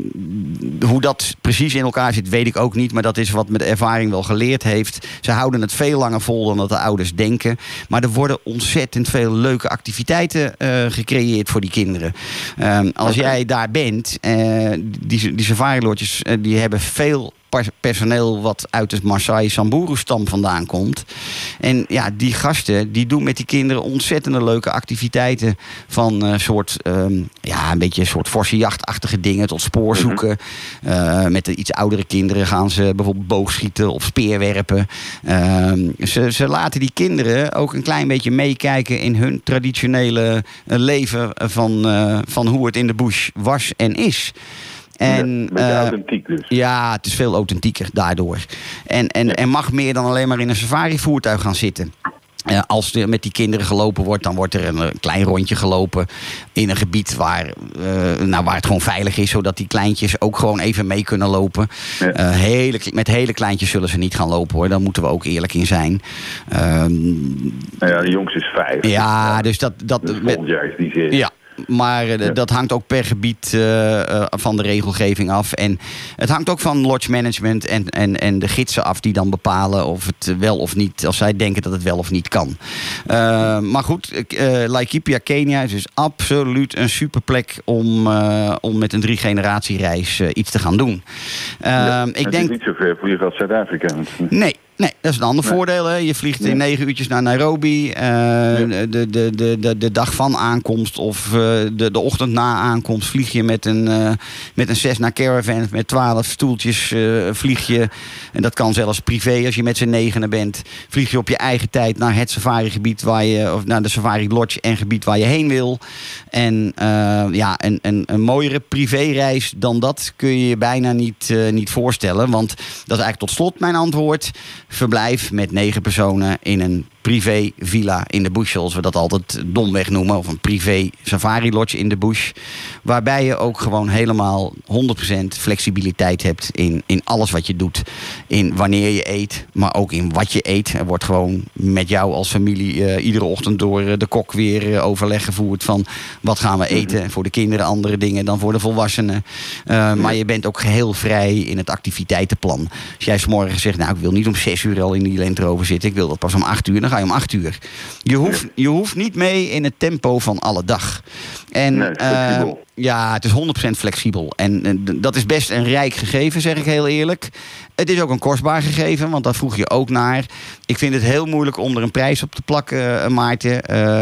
hoe dat precies in elkaar zit, weet ik ook niet. Maar dat is wat met ervaring wel geleerd heeft. Ze houden het veel langer vol dan dat de ouders denken. Maar er worden ontzettend veel leuke activiteiten uh, gecreëerd voor die kinderen. Uh, als okay. jij daar bent, uh, die, die safari-lodges, uh, die hebben veel personeel wat uit de Maasai-Samburu-stam vandaan komt. En ja, die gasten die doen met die kinderen ontzettende leuke activiteiten van uh, soort, um, ja, een beetje een soort forse-jachtachtige dingen tot spoorzoeken. Mm-hmm. Uh, met de iets oudere kinderen gaan ze bijvoorbeeld boogschieten of speerwerpen. Uh, ze, ze laten die kinderen ook een klein beetje meekijken in hun traditionele uh, leven van, uh, van hoe het in de bush was en is. En, ja, beetje uh, authentiek dus. Ja, het is veel authentieker daardoor. En, en, ja. en mag meer dan alleen maar in een safari-voertuig gaan zitten. Uh, als er met die kinderen gelopen wordt, dan wordt er een, een klein rondje gelopen in een gebied waar, uh, nou, waar het gewoon veilig is, zodat die kleintjes ook gewoon even mee kunnen lopen. Ja. Uh, hele, met hele kleintjes zullen ze niet gaan lopen, hoor. Daar moeten we ook eerlijk in zijn. Um, nou ja, de jongste is vijf. Ja, ja. dus dat... dat dus volgend jaar is die zes. Ja. Maar uh, ja. dat hangt ook per gebied uh, uh, van de regelgeving af. En het hangt ook van lodge management en, en, en de gidsen af die dan bepalen of het wel of niet, als zij denken dat het wel of niet kan. Uh, maar goed, uh, Laikipia, Kenia is dus absoluut een super plek om, uh, om met een drie generatie reis uh, iets te gaan doen. Uh, ja, ik het denk, is niet zo ver voor je als Zuid-Afrika. Nee. Nee, dat is een ander nee. voordeel. Hè. Je vliegt nee. in negen uurtjes naar Nairobi. Uh, ja. de, de, de, de, de dag van aankomst of uh, de, de ochtend na aankomst vlieg je met een, uh, met een Cessna Caravan met twaalf stoeltjes. Uh, vlieg je, en dat kan zelfs privé als je met z'n negenen bent. Vlieg je op je eigen tijd naar het safari-gebied waar je, of naar de safari-lodge en gebied waar je heen wil. En uh, ja, een, een, een mooiere privéreis dan dat kun je je bijna niet, uh, niet voorstellen. Want dat is eigenlijk tot slot mijn antwoord. Verblijf met negen personen in een privé villa in de bush, zoals we dat altijd domweg noemen. Of een privé safari lodge in de bush. Waarbij je ook gewoon helemaal honderd procent flexibiliteit hebt in, in alles wat je doet. In wanneer je eet, maar ook in wat je eet. Er wordt gewoon met jou als familie uh, iedere ochtend door uh, de kok weer uh, overleg gevoerd van wat gaan we eten. Mm-hmm. Voor de kinderen andere dingen dan voor de volwassenen. Uh, mm-hmm. Maar je bent ook geheel vrij in het activiteitenplan. Als jij 's morgen zegt, nou ik wil niet om zes uur al in die Land Rover zitten. Ik wil dat pas om acht uur. Dan ga je om acht uur. Je hoeft, je hoeft niet mee in het tempo van alle dag. En, Nee, flexibel. uh, ja, het is honderd procent flexibel. En, en dat is best een rijk gegeven, zeg ik heel eerlijk. Het is ook een kostbaar gegeven, want daar vroeg je ook naar. Ik vind het heel moeilijk om er een prijs op te plakken, uh, Maarten.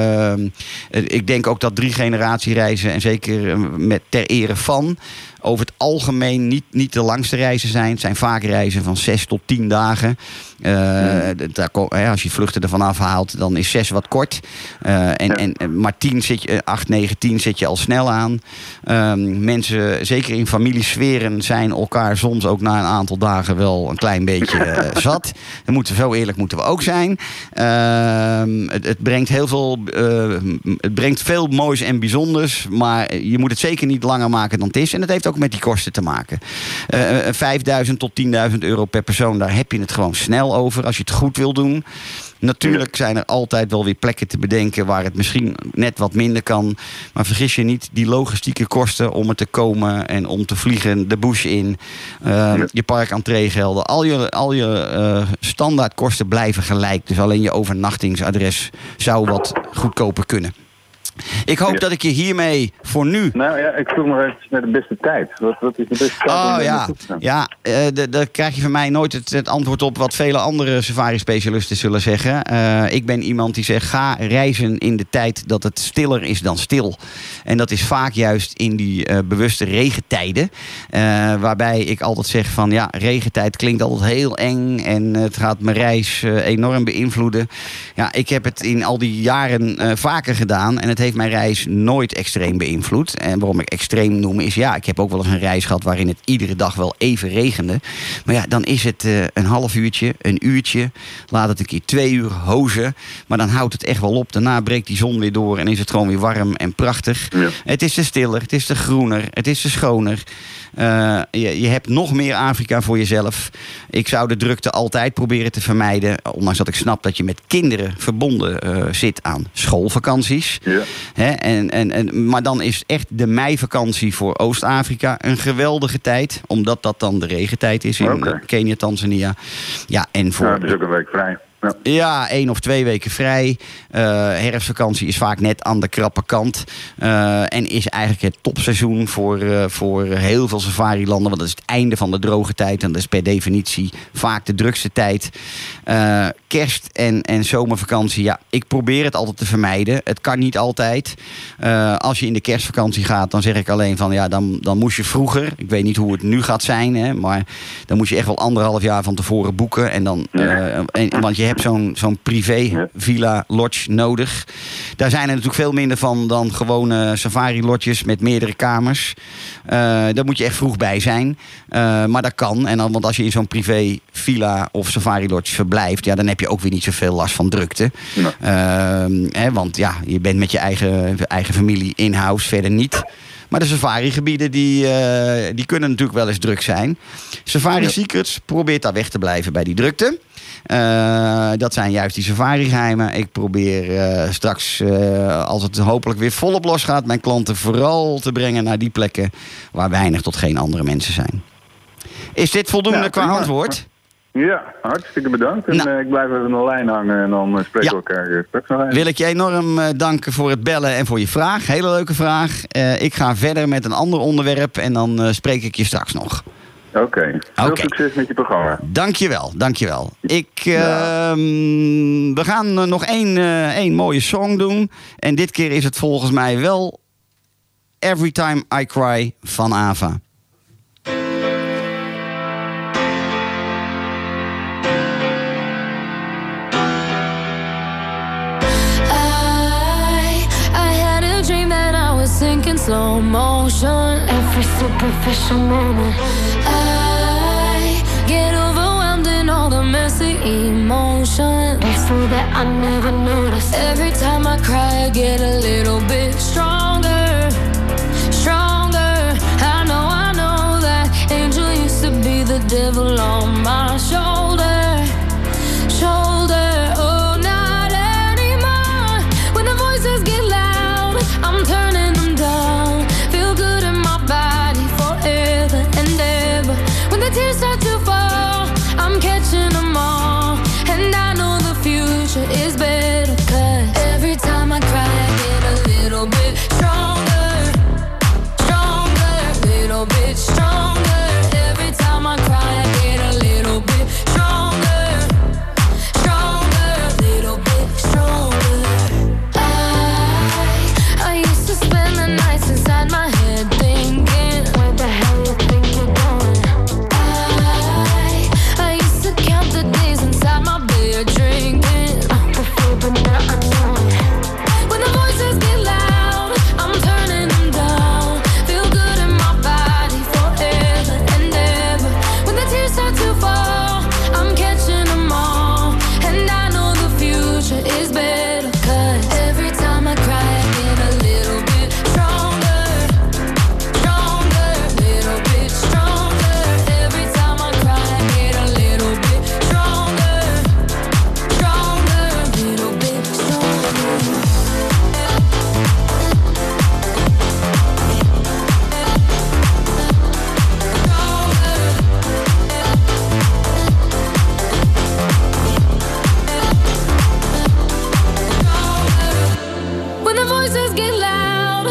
Uh, ik denk ook dat drie generatiereizen, en zeker met ter ere van, over het algemeen niet, niet de langste reizen zijn. Het zijn vaak reizen van zes tot tien dagen. Uh, ja. daar, als je vluchten ervan afhaalt, dan is zes wat kort. Uh, en, ja. en, maar tien zit je, acht, negen, tien zit je al snel aan. Uh, mensen, zeker in familiesferen, zijn elkaar soms ook na een aantal dagen wel een klein beetje uh, zat. Dan moeten we zo eerlijk moeten we ook zijn. Uh, het, het brengt heel veel, uh, het brengt veel moois en bijzonders, maar je moet het zeker niet langer maken dan het is. En dat heeft ook met die kosten te maken. Uh, vijfduizend tot tienduizend euro per persoon, daar heb je het gewoon snel over als je het goed wil doen. Natuurlijk zijn er altijd wel weer plekken te bedenken waar het misschien net wat minder kan. Maar vergis je niet, die logistieke kosten om er te komen en om te vliegen, de bush in, uh, ja. je park-entreegelden, al je, al je uh, standaardkosten blijven gelijk. Dus alleen je overnachtingsadres zou wat goedkoper kunnen. Ik hoop ja. dat ik je hiermee voor nu... Nou ja, ik vroeg nog even naar de beste tijd. Wat, wat is de beste tijd? Oh ja, ja uh, daar krijg je van mij nooit het, het antwoord op wat vele andere safari-specialisten zullen zeggen. Uh, ik ben iemand die zegt, ga reizen in de tijd dat het stiller is dan stil. En dat is vaak juist in die uh, bewuste regentijden. Uh, waarbij ik altijd zeg van, ja, regentijd klinkt altijd heel eng en het gaat mijn reis uh, enorm beïnvloeden. Ja, ik heb het in al die jaren uh, vaker gedaan en het heeft mijn reis nooit extreem beïnvloed. En waarom ik extreem noem is, ja, ik heb ook wel eens een reis gehad waarin het iedere dag wel even regende. Maar ja, dan is het uh, een half uurtje, een uurtje. Laat het een keer twee uur hozen. Maar dan houdt het echt wel op. Daarna breekt die zon weer door en is het gewoon weer warm en prachtig. Ja. Het is te stiller, het is te groener, het is te schoner. Uh, je, je hebt nog meer Afrika voor jezelf. Ik zou de drukte altijd proberen te vermijden. Ondanks dat ik snap dat je met kinderen verbonden uh, zit aan schoolvakanties. Ja. He, en, en, en, maar dan is echt de meivakantie voor Oost-Afrika een geweldige tijd. Omdat dat dan de regentijd is in okay. Kenia, Tanzania. Ja, en voor... Ja, het is ook een week vrij. Ja. ja, één of twee weken vrij. Uh, herfstvakantie is vaak net aan de krappe kant. Uh, en is eigenlijk het topseizoen voor, uh, voor heel veel safari-landen. Want dat is het einde van de droge tijd. En dat is per definitie vaak de drukste tijd. Uh, kerst en, en zomervakantie, ja, ik probeer het altijd te vermijden. Het kan niet altijd. Uh, als je in de kerstvakantie gaat, dan zeg ik alleen van, ja, dan, dan moest je vroeger. Ik weet niet hoe het nu gaat zijn, hè, maar dan moet je echt wel anderhalf jaar van tevoren boeken. En dan, uh, en, want je hebt zo'n, zo'n privé villa lodge nodig. Daar zijn er natuurlijk veel minder van dan gewone safari-lodges met meerdere kamers. Uh, daar moet je echt vroeg bij zijn. Uh, maar dat kan. En dan, want als je in zo'n privé villa of safari-lodge verblijft, ja, dan heb je ook weer niet zoveel last van drukte. Ja. Uh, hè, want ja, je bent met je eigen, eigen familie in-house, verder niet. Maar de safari-gebieden die, uh, die kunnen natuurlijk wel eens druk zijn. Safari Secrets probeert daar weg te blijven bij die drukte. Uh, dat zijn juist die safari-geheimen. Ik probeer uh, straks, uh, als het hopelijk weer volop los gaat, mijn klanten vooral te brengen naar die plekken waar weinig tot geen andere mensen zijn. Is dit voldoende ja, qua antwoord? Ja, hartstikke bedankt. En nou, uh, ik blijf even aan de lijn hangen en dan uh, spreken we ja. elkaar uh, straks nog even. Wil ik je enorm uh, danken voor het bellen en voor je vraag. Hele leuke vraag. Uh, ik ga verder met een ander onderwerp en dan uh, spreek ik je straks nog. Oké, okay. Veel okay. succes met je programma. Dankjewel, dankjewel. Ik, uh, ja. We gaan uh, nog één, uh, één mooie song doen. En dit keer is het volgens mij wel Every Time I Cry van Ava. In slow motion, every superficial moment, I get overwhelmed in all the messy emotions. It's so that I never notice. Every time I cry, I get a little bit stronger, stronger. I know, I know that angel used to be the devil on my shoulder, shoulder. Oh, not anymore. When the voices get loud, I'm turning. Tears start to fall, I'm catching them all, and I know the future is better.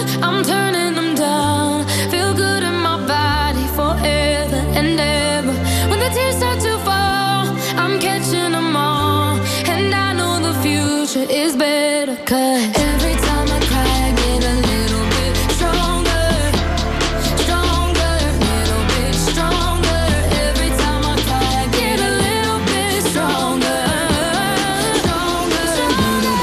I'm turning them down. Feel good in my body forever and ever. When the tears start to fall, I'm catching them all. And I know the future is better. Cause every time I cry, I get a little bit stronger. Stronger, little bit stronger. Every time I cry, I get a little bit stronger. Stronger, stronger.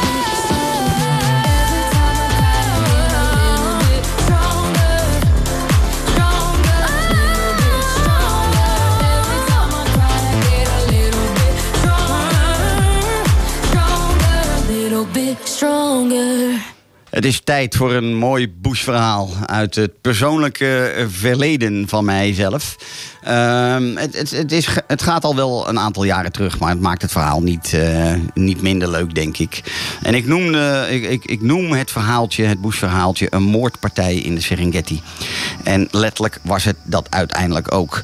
Every time I cry, I get a little bit stronger. Stronger, little bit stronger. Every time I cry, I get a little bit stronger. Stronger, little bit stronger. Het is tijd voor een mooi bushverhaal uit het persoonlijke verleden van mijzelf. Um, het, het, het, is, het gaat al wel een aantal jaren terug, maar het maakt het verhaal niet, uh, niet minder leuk, denk ik. En ik, noemde, ik, ik, ik noem het verhaaltje, het bushverhaaltje, een moordpartij in de Serengeti. En letterlijk was het dat uiteindelijk ook.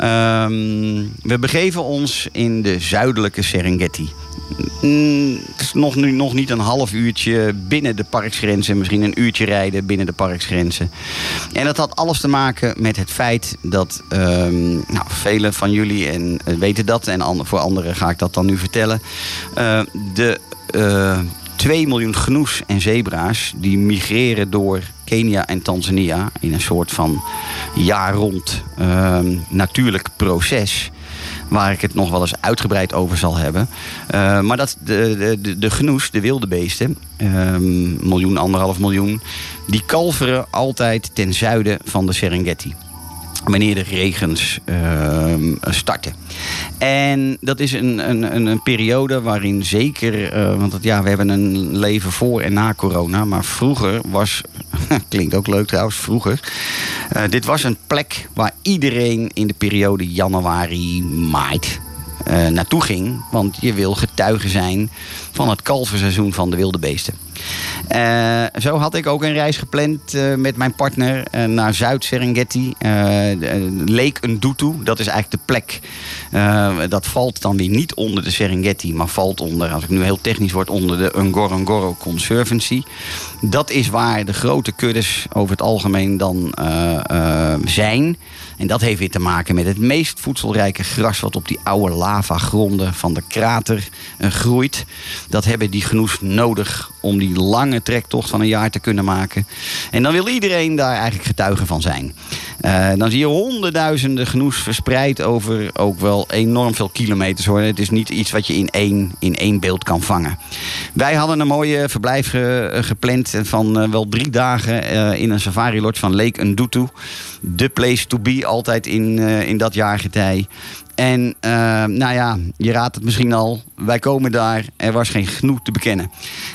Um, we begeven ons in de zuidelijke Serengeti. Mm, het is nog, nu nog niet een half uurtje binnen de parksgrenzen. Misschien een uurtje rijden binnen de parksgrenzen. En dat had alles te maken met het feit dat um, nou, velen van jullie en, uh, weten dat. En an- voor anderen ga ik dat dan nu vertellen. Uh, de uh, twee miljoen gnoes en zebra's die migreren door Kenia en Tanzania in een soort van jaar rond uh, natuurlijk proces. Waar ik het nog wel eens uitgebreid over zal hebben. Uh, maar dat de, de, de gnoes, de wilde beesten, um, miljoen, anderhalf miljoen, die kalveren altijd ten zuiden van de Serengeti. Wanneer de regens uh, starten. En dat is een, een, een periode waarin zeker... Uh, want het, ja, we hebben een leven voor en na corona. Maar vroeger was... klinkt ook leuk trouwens, vroeger. Uh, dit was een plek waar iedereen in de periode januari, maart... Uh, naartoe ging. Want je wil getuige zijn van het kalverseizoen van de wilde beesten. Uh, zo had ik ook een reis gepland uh, met mijn partner uh, naar Zuid-Serengeti. Uh, Lake Ndutu, dat is eigenlijk de plek. Uh, dat valt dan weer niet onder de Serengeti, maar valt onder, als ik nu heel technisch word, onder de Ngorongoro Conservancy. Dat is waar de grote kuddes over het algemeen dan uh, uh, zijn. En dat heeft weer te maken met het meest voedselrijke gras wat op die oude lavagronden van de krater uh, groeit. Dat hebben die gnoes nodig om die lange trektocht van een jaar te kunnen maken. En dan wil iedereen daar eigenlijk getuige van zijn. Uh, dan zie je honderdduizenden gnoes verspreid over ook wel enorm veel kilometers hoor. Het is niet iets wat je in één, in één beeld kan vangen. Wij hadden een mooie verblijf ge, gepland van uh, wel drie dagen uh, in een safari lodge van Lake Ndutu. The place to be altijd in, uh, in dat jaargetij. En uh, nou ja, je raadt het misschien al. Wij komen daar, er was geen gnoe te bekennen.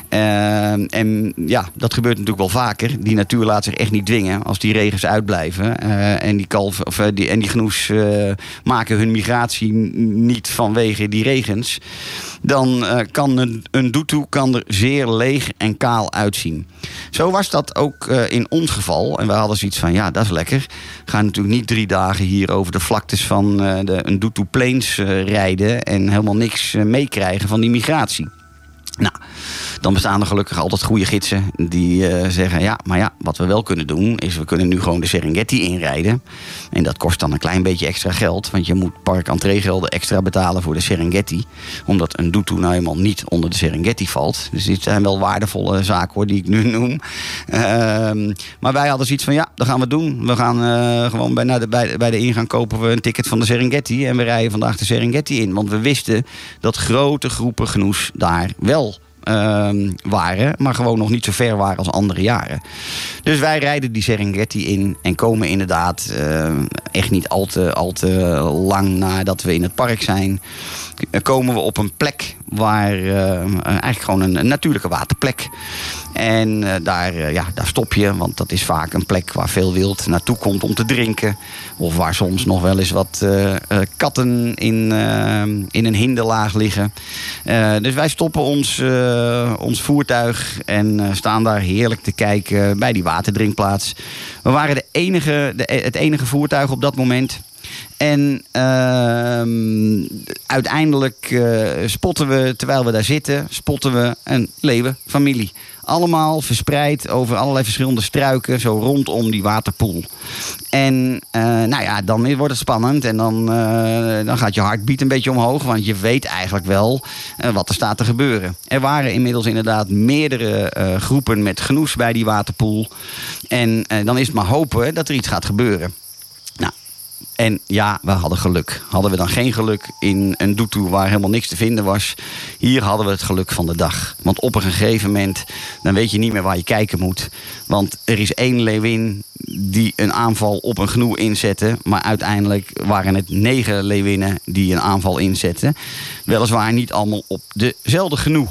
Uh, en ja, dat gebeurt natuurlijk wel vaker. Die natuur laat zich echt niet dwingen als die regens uitblijven. Uh, en die kalven, of, uh, die, en die gnoes uh, maken hun migratie niet vanwege die regens. Dan uh, kan een, een Ndutu kan er zeer leeg en kaal uitzien. Zo was dat ook uh, in ons geval. En wij hadden zoiets van, ja, dat is lekker. We gaan natuurlijk niet drie dagen hier over de vlaktes van uh, de Ndutu Plains uh, rijden en helemaal niks uh, meekrijgen van die migratie. Nou, dan bestaan er gelukkig altijd goede gidsen die uh, zeggen... ja, maar ja, wat we wel kunnen doen is we kunnen nu gewoon de Serengeti inrijden. En dat kost dan een klein beetje extra geld. Want je moet park-entreegelden extra betalen voor de Serengeti. Omdat een Ndutu nou helemaal niet onder de Serengeti valt. Dus dit zijn wel waardevolle zaken hoor, die ik nu noem. Uh, maar wij hadden zoiets van, ja, dat gaan we doen. We gaan uh, gewoon bij, nou, de, bij, bij de ingang kopen we een ticket van de Serengeti. En we rijden vandaag de Serengeti in. Want we wisten dat grote groepen gnoes daar wel Uh, waren, maar gewoon nog niet zo ver waren als andere jaren. Dus wij rijden die Serengeti in en komen inderdaad uh, echt niet al te, al te lang nadat we in het park zijn, komen we op een plek waar uh, eigenlijk gewoon een, een natuurlijke waterplek. En uh, daar, uh, ja, daar stop je, want dat is vaak een plek waar veel wild naartoe komt om te drinken. Of waar soms nog wel eens wat uh, uh, katten in, uh, in een hinderlaag liggen. Uh, dus wij stoppen ons, uh, ons voertuig en uh, staan daar heerlijk te kijken bij die waterdrinkplaats. We waren de enige, de, het enige voertuig op dat moment. En uh, uiteindelijk uh, spotten we, terwijl we daar zitten, spotten we een leeuwenfamilie. Allemaal verspreid over allerlei verschillende struiken, zo rondom die waterpoel. En uh, nou ja, dan wordt het spannend en dan, uh, dan gaat je hartbeat een beetje omhoog. Want je weet eigenlijk wel uh, wat er staat te gebeuren. Er waren inmiddels inderdaad meerdere uh, groepen met genoes bij die waterpoel. En uh, dan is het maar hopen dat er iets gaat gebeuren. Nou. En ja, we hadden geluk. Hadden we dan geen geluk in een doetoe waar helemaal niks te vinden was. Hier hadden we het geluk van de dag. Want op een gegeven moment, dan weet je niet meer waar je kijken moet. Want er is één leeuwin die een aanval op een gnoe inzette. Maar uiteindelijk waren het negen leeuwinnen die een aanval inzetten. Weliswaar niet allemaal op dezelfde gnoe.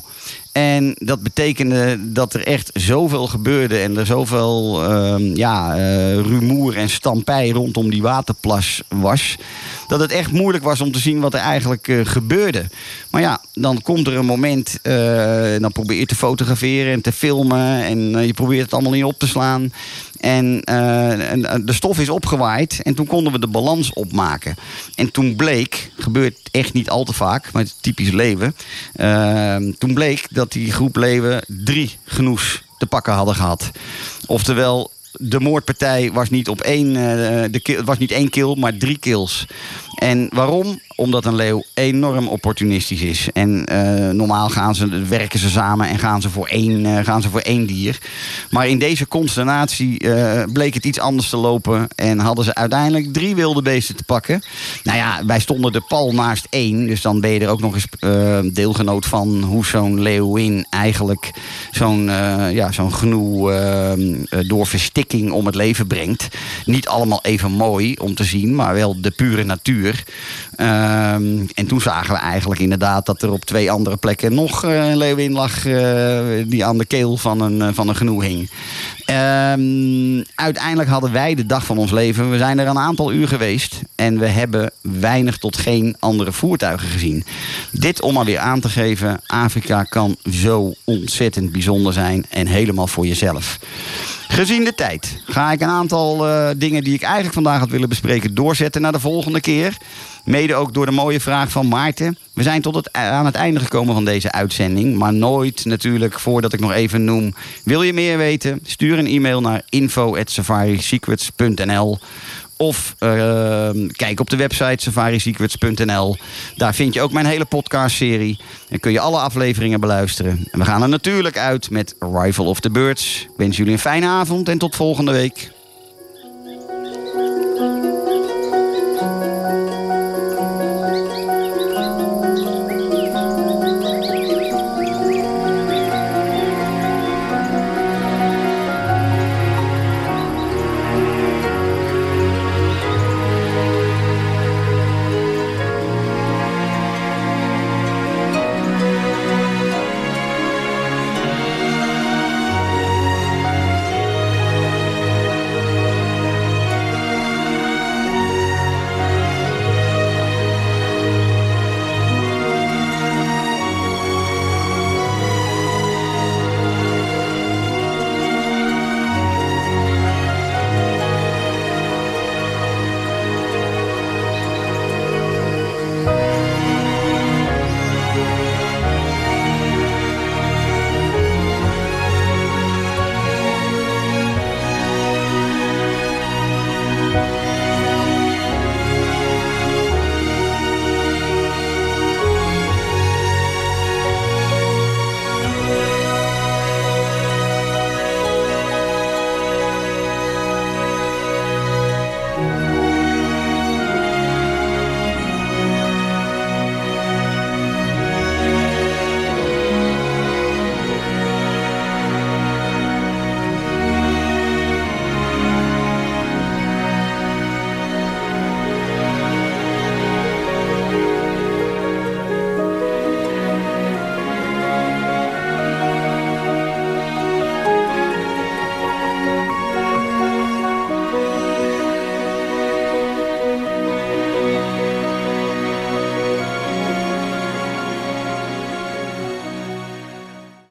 En dat betekende dat er echt zoveel gebeurde en er zoveel uh, ja, uh, rumoer en stampij rondom die waterplas was, dat het echt moeilijk was om te zien wat er eigenlijk uh, gebeurde. Maar ja, dan komt er een moment, uh, dan probeer je te fotograferen en te filmen en uh, je probeert het allemaal niet op te slaan. En, uh, en de stof is opgewaaid en toen konden we de balans opmaken. En toen bleek, gebeurt echt niet al te vaak, maar het is typisch leeuwen. Uh, toen bleek dat die groep leeuwen drie genoes te pakken hadden gehad. Oftewel, de moordpartij was niet op één, uh, de kill, het was niet één kill, maar drie kills. En waarom? Omdat een leeuw enorm opportunistisch is. En uh, normaal gaan ze, werken ze samen en gaan ze voor één, uh, gaan ze voor één dier. Maar in deze consternatie uh, bleek het iets anders te lopen. En hadden ze uiteindelijk drie wilde beesten te pakken. Nou ja, wij stonden er pal naast één. Dus dan ben je er ook nog eens uh, deelgenoot van hoe zo'n leeuwin eigenlijk zo'n, uh, ja, zo'n gnoe uh, door verstikking om het leven brengt. Niet allemaal even mooi om te zien, maar wel de pure natuur. Um, en toen zagen we eigenlijk inderdaad dat er op twee andere plekken nog uh, een leeuwin lag uh, die aan de keel van een, uh, van een gnoe hing. Um, uiteindelijk hadden wij de dag van ons leven. We zijn er een aantal uur geweest en we hebben weinig tot geen andere voertuigen gezien. Dit om maar weer aan te geven, Afrika kan zo ontzettend bijzonder zijn en helemaal voor jezelf. Gezien de tijd ga ik een aantal uh, dingen die ik eigenlijk vandaag had willen bespreken doorzetten naar de volgende keer. Mede ook door de mooie vraag van Maarten. We zijn tot het, aan het einde gekomen van deze uitzending. Maar nooit natuurlijk, voordat ik nog even noem. Wil je meer weten? Stuur een e-mail naar info at safari secrets punt n l. Of uh, kijk op de website safari secrets punt n l. Daar vind je ook mijn hele podcastserie. Dan kun je alle afleveringen beluisteren. En we gaan er natuurlijk uit met Arrival of the Birds. Ik wens jullie een fijne avond en tot volgende week.